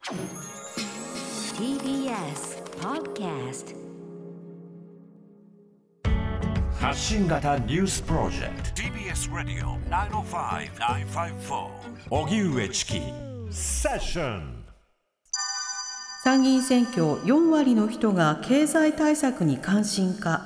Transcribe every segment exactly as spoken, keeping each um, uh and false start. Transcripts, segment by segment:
ティービーエス Podcast 発信型ニュースプロジェクト ティービーエス ラディオ きゅうまるご きゅうごよん 荻上チキセッション。 参議院選挙よん割の人が経済対策に関心か。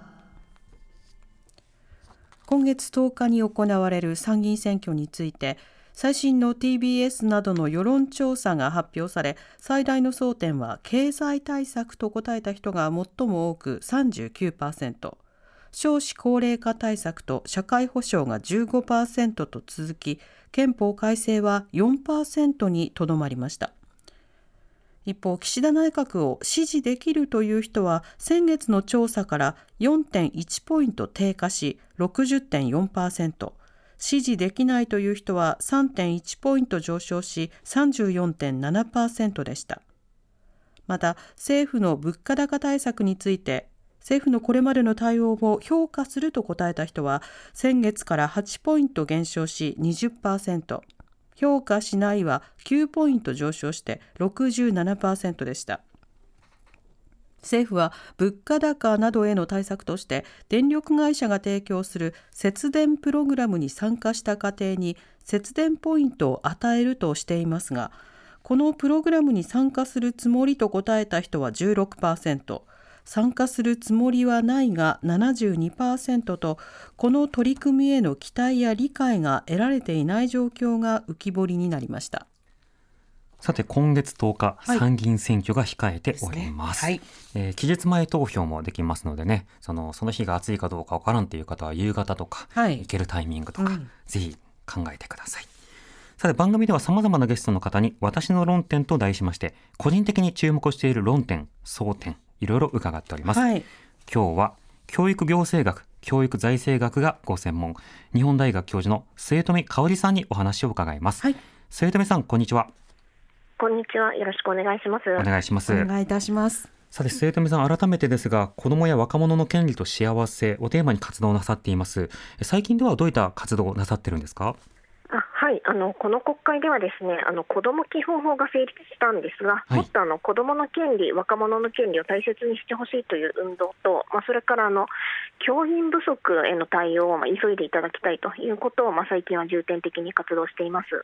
今月とおかに行われる参議院選挙について、最新の ティービーエス などの世論調査が発表され、最大の争点は経済対策と答えた人が最も多く さんじゅうきゅうパーセント、少子高齢化対策と社会保障が じゅうごパーセント と続き、憲法改正は よんパーセント にとどまりました。一方、岸田内閣を支持できるという人は先月の調査から よんてんいち ポイント低下し ろくじゅってんよんパーセント、支持できないという人は さんてんいち ポイント上昇し さんじゅうよんてんななパーセント でした。また、政府の物価高対策について、政府のこれまでの対応を評価すると答えた人は先月からはちポイント減少し にじゅっパーセント、評価しないはきゅうポイント上昇して ろくじゅうななパーセント でした。政府は物価高などへの対策として電力会社が提供する節電プログラムに参加した家庭に節電ポイントを与えるとしていますが、このプログラムに参加するつもりと答えた人は じゅうろくパーセント、参加するつもりはないが ななじゅうにパーセント と、この取り組みへの期待や理解が得られていない状況が浮き彫りになりました。 さて、今月とおか、 はい、 参議院選挙が控えております。 はいえー、期日前投票もできますのでね、その、その日が暑いかどうかわからんという方は夕方とか、 はい、 行けるタイミングとか、 うん、 ぜひ考えてください。さて、番組では様々なゲストの方に私の論点と題しまして、個人的に注目している論点、争点、いろいろ伺っております。 はい、 今日は教育行政学、教育財政学がご専門、日本大学教授の末富香織さんにお話を伺います。はい、末富さん、こんにちは。 こんにちは。よろしくお願いします。 お願いします。 お願いいたします。 さて、末富さん、改めてですが、子どもや若者の権利と幸せをテーマに活動をなさっています。最近ではどういった活動をなさってるんですか？ あはい、あのこの国会ではですね、あの子ども基本法が成立したんですが、はい、もっとあの子どもの権利、若者の権利を大切にしてほしいという運動と、まあ、それからあの教員不足への対応をまあ急いでいただきたいということを、まあ、最近は重点的に活動しています。 うん、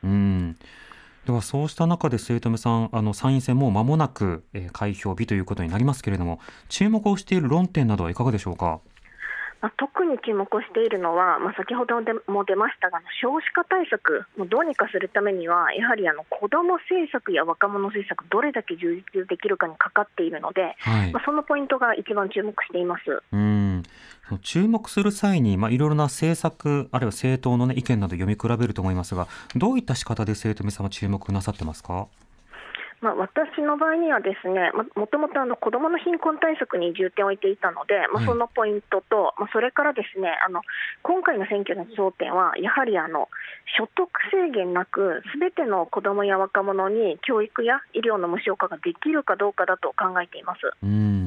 ではそうした中で末富さん、あの参院選も間もなく、えー、開票日ということになりますけれども、注目をしている論点などはいかがでしょうか？ まあ、特に注目をしているのは、まあ、先ほどでも出ましたが、少子化対策をどうにかするためには、やはりあの子ども政策や若者政策、どれだけ充実できるかにかかっているので、はい、まあ、そのポイントが一番注目しています。 うん、注目する際に、まあ、いろいろな政策、あるいは政党の、ね、意見など読み比べると思いますが、どういった仕方で末富さんは注目なさってますか？ まあ、私の場合にはですね、まあ、もともとあの子どもの貧困対策に重点を置いていたので、まあ、そのポイントと、はい、まあ、それからですね、あの今回の選挙の争点はやはりあの所得制限なくすべての子どもや若者に教育や医療の無償化ができるかどうかだと考えています。 うん、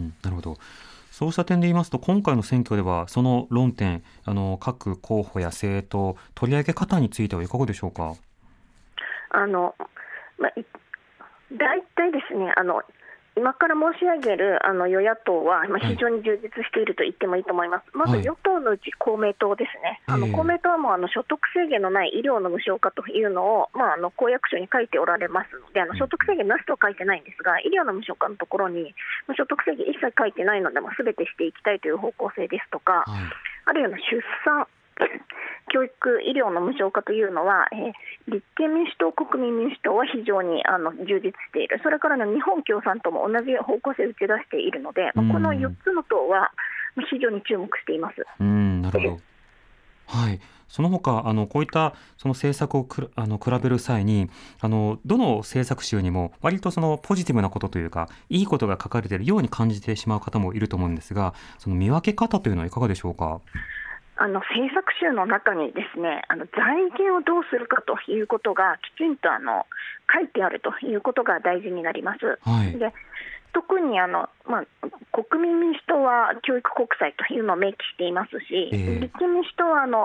なるほど。そうした点で言いますと、今回の選挙ではその論点、あの各候補や政党取り上げ方についてはいかがでしょうか？ あの、まあ大体ですね、あの今から申し上げるあの与野党は、まあ、非常に充実していると言ってもいいと思います。はい、まず与党のうち公明党ですね。あの公明党はもうあの所得制限のない医療の無償化というのを、まあ、あの公約書に書いておられますので、あの所得制限なしとは書いてないんですが、医療の無償化のところに所得制限一切書いてないので、まあ、全てしていきたいという方向性ですとか、はい、あるいは出産教育、医療の無償化というのは、えー、立憲民主党、国民民主党は非常にあの充実している。それからの日本共産党も同じ方向性を打ち出しているので、まあ、このよっつの党は非常に注目しています。 うん、なるほど。はい、その他あのこういったその政策をくあの比べる際に、あのどの政策集にも割とそのポジティブなことというかいいことが書かれているように感じてしまう方もいると思うんですが、その見分け方というのはいかがでしょうか？ あの政策集の中にですね、あの財源をどうするかということがきちんとあの書いてあるということが大事になります。はい、で特にあの、まあ、国民民主党は教育国債というのを明記していますし、えー、立憲民主党はあの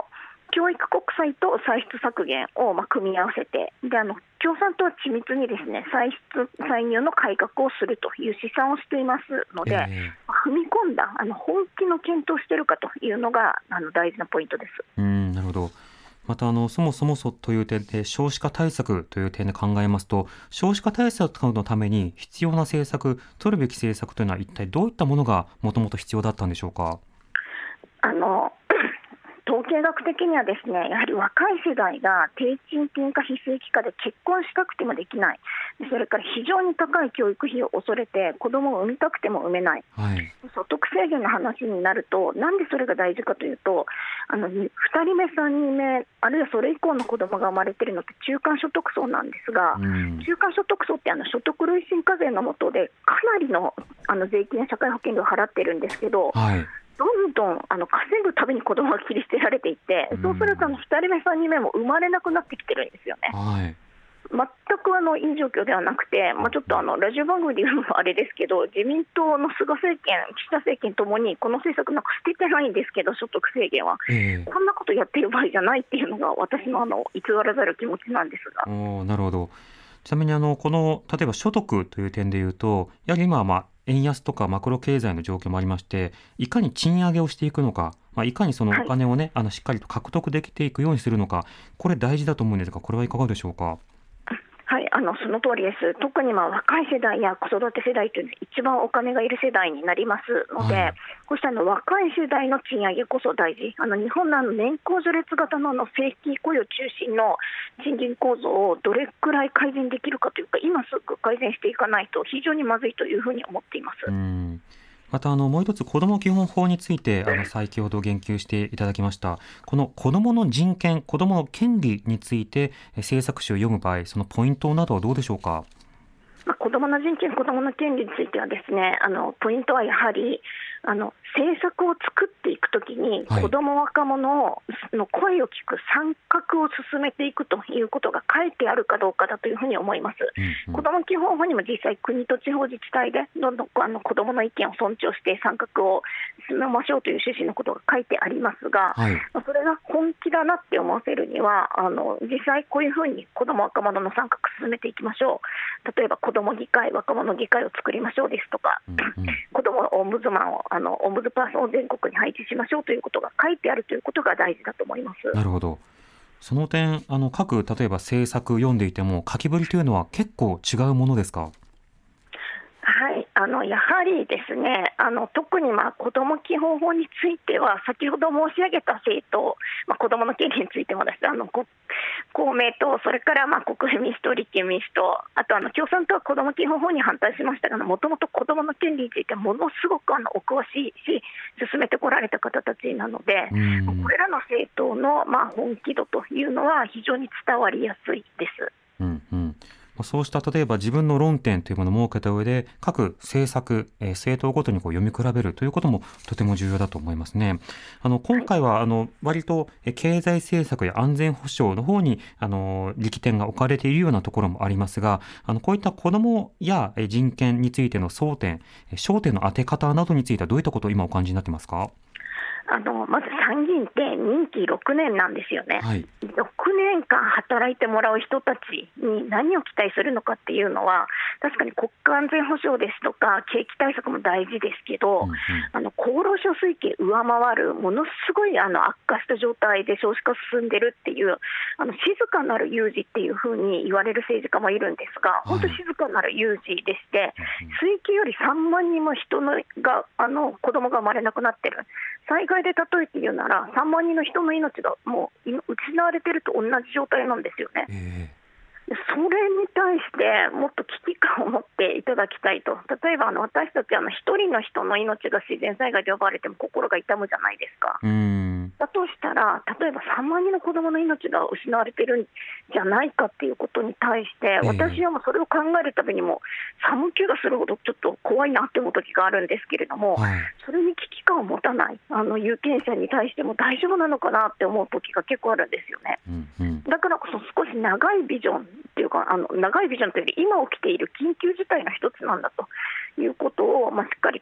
教育国債と歳出削減をまあ組み合わせて、であの共産党は緻密にですね、歳出歳入の改革をするという試算をしていますので、えー、踏み込んだあの本気の検討しているかというのがあの大事なポイントです。 うん、なるほど。またあのそもそもそという点で少子化対策という点で考えますと、少子化対策のために必要な政策、取るべき政策というのは一体どういったものがもともと必要だったんでしょうか。 あの統計学的にはですね、やはり若い世代が低賃金か非正規かで結婚したくてもできない、それから非常に高い教育費を恐れて子供を産みたくても産めない、はい、所得制限の話になると、なんでそれが大事かというと、あのふたりめさんにんめあるいはそれ以降の子供が生まれているのって中間所得層なんですが、うん、中間所得層ってあの所得累進課税の下でかなりの、あの税金や社会保険料を払ってるんですけど、はい、どんどんあの稼ぐたびに子供が切り捨てられていって、そうするとあのふたりめさんにんめも生まれなくなってきてるんですよね。はい、全くあのいい状況ではなくて、まあ、ちょっとあのラジオ番組で言うのもあれですけど、自民党の菅政権、岸田政権ともにこの政策なんか捨ててないんですけど、所得制限は、えー、こんなことやっている場合じゃないっていうのが私のあの偽らざる気持ちなんですが。 お、なるほど。ちなみにあのこの例えば所得という点でいうと、やはり今はまあ円安とかマクロ経済の状況もありまして、いかに賃上げをしていくのか、まあ、いかにそのお金をね、はい、あのしっかりと獲得できていくようにするのか、これ大事だと思うんですが、これはいかがでしょうか。 はい、あのその通りです。特にまあ若い世代や子育て世代というのは一番お金がいる世代になりますので、はい、こうしたの若い世代の賃上げこそ大事。あの日本のあの年功序列型のあの正規雇用中心の賃金構造をどれくらい改善できるかというか、今すぐ改善していかないと非常にまずいというふうに思っています。 うん、またあのもう一つ、子ども基本法についてあの先ほど言及していただきました。この子どもの人権、子どもの権利について政策集を読む場合、そのポイントなどはどうでしょうか。 まあ、子どもの人権、子どもの権利についてはですね、あのポイントはやはりあの政策を作っていくときに、はい、子ども若者の声を聞く参画を進めていくということが書いてあるかどうかだというふうに思います。うんうん、子ども基本法にも実際国と地方自治体でどんどんあの子どもの意見を尊重して参画を進めましょうという趣旨のことが書いてありますが、はい、まあ、それが本気だなって思わせるには、あの実際こういうふうに子ども若者の参画進めていきましょう、例えば子ども議会、若者議会を作りましょうですとか、うんうん、子どもオンブズマンをあのオンブズパーソンを全国に配置しましょうということが書いてあるということが大事だと思います。 なるほど。その点、あの各例えば政策読んでいても書きぶりというのは結構違うものですか。 はい、あのやはりですね、あの特にまあ子ども基本法については先ほど申し上げた政党、まあ、子どもの権利についてもです、あの公明党、それからまあ国民民主党、立憲民主党、あとあの共産党は子ども基本法に反対しましたが、もともと子どもの権利についてものすごくあのお詳しいし進めてこられた方たちなので、これらの政党のまあ本気度というのは非常に伝わりやすいです。 うんうん、そうした例えば自分の論点というものを設けた上で各政策、えー、政党ごとにこう読み比べるということもとても重要だと思いますね。あの今回はあの割と経済政策や安全保障の方にあの力点が置かれているようなところもありますが、あのこういった子どもや人権についての争点、焦点の当て方などについてはどういったことを今お感じになっていますか。 あのまず参議院って任期ろくねんなんですよね、はい、ろくねんかん働いてもらう人たちに何を期待するのかっていうのは、確かに国家安全保障ですとか景気対策も大事ですけど、うんうん、あの厚労省推計上回るものすごいあの悪化した状態で少子化進んでるっていう、あの静かなる有事っていうふうに言われる政治家もいるんですが、本当静かなる有事でして、推計よりさんまんにんも人のがあの子供が生まれなくなってる。災害で例えて言うならさんまんにんの人の命がもう失われていると同じ状態なんですよね。えーそれに対してもっと危機感を持っていただきたいと。例えばあの私たちあの一人の人の命が自然災害で奪われても心が痛むじゃないですか。うーんだとしたら、例えばさんまんにんの子どもの命が失われてるんじゃないかっていうことに対して、私はもうそれを考えるたびにも寒気がするほどちょっと怖いなって思う時があるんですけれども、はい、それに危機感を持たないあの有権者に対しても大丈夫なのかなって思う時が結構あるんですよね。うんうん、だからこそ少し長いビジョンっていうか、あの長いビジョンというより今起きている緊急事態の一つなんだということを、まあ、しっかり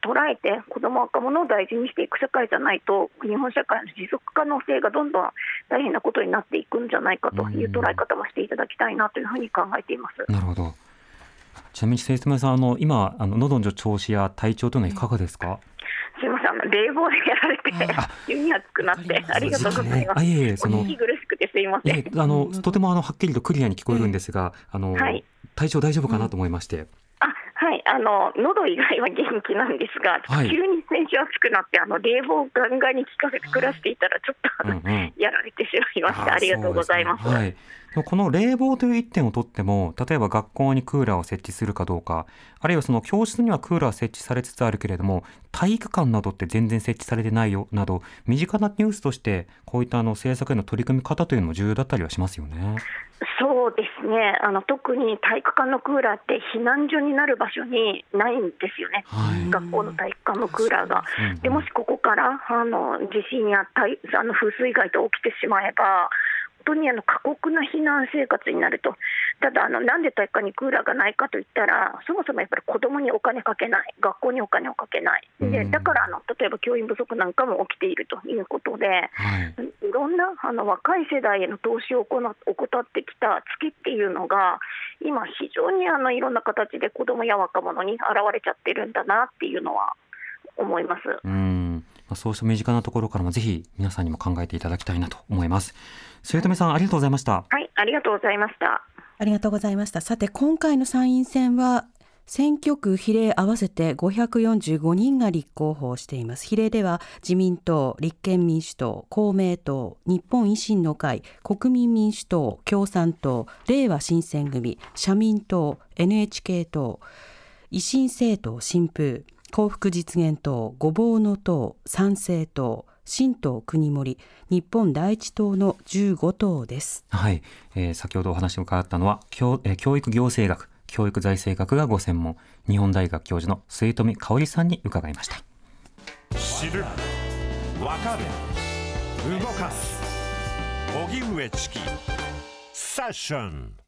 捉えて子ども若者を大事にしていく社会じゃないと、日本社会の持続可能性がどんどん大変なことになっていくんじゃないかという捉え方もしていただきたいなというふうに考えています。 なるほど。ちなみに末留さん、あの今あの喉の調子や体調というのはいかがですか？ すみません、あの冷房でやられて急に暑くなってありがとうございます。 あ、いえいえ、そのお聞き苦しくてすいません。 いえあのとてもあのはっきりとクリアに聞こえるんですが、あの、 はい、 体調大丈夫かなと思いまして。 あ、はい、あの喉以外は元気なんですが、 はい、 急に先週暑くなってあの冷房をガンガンに効かせて暮らしていたらちょっと、うんうん、やられてしまいました。ありがとうございます。 はい、この冷房という一点をとっても、例えば学校にクーラーを設置するかどうか、あるいはその教室にはクーラー設置されつつあるけれども体育館などって全然設置されてないよなど、身近なニュースとしてこういったあの政策への取り組み方というのも重要だったりはしますよね。 そうですね、あの特に体育館のクーラーって避難所になる場所にないんですよね、はい、学校の体育館のクーラーが。でもしここからあの地震やあの風水害と起きてしまえば本当にあの過酷な避難生活になると。ただあのなんで体育館にクーラーがないかといったら、そもそもやっぱり子どもにお金かけない、学校にお金をかけないで、だからあの例えば教員不足なんかも起きているということで、はい、いろんなあの若い世代への投資を行怠ってきたツケっていうのが今非常にあのいろんな形で子どもや若者に現れちゃってるんだなっていうのは思います。 うん、そうした身近なところからもぜひ皆さんにも考えていただきたいなと思います。末留さん、ありがとうございました。 はい、ありがとうございました。 ありがとうございました。さて、今回の参院選は選挙区比例合わせてごひゃくよんじゅうごにんが立候補しています。比例では自民党、立憲民主党、公明党、日本維新の会、国民民主党、共産党、れいわ新選組、社民党、エヌエイチケー 党、維新政党新風、幸福実現党、ごぼうの党、参政党、新党くにもり、日本第一党のじゅうごとうです。 はい、えー、先ほどお話を伺ったのは 教,、えー、教育行政学、教育財政学がご専門、日本大学教授の末留香織さんに伺いました。 知る、わかる、動かす、荻上チキセッション。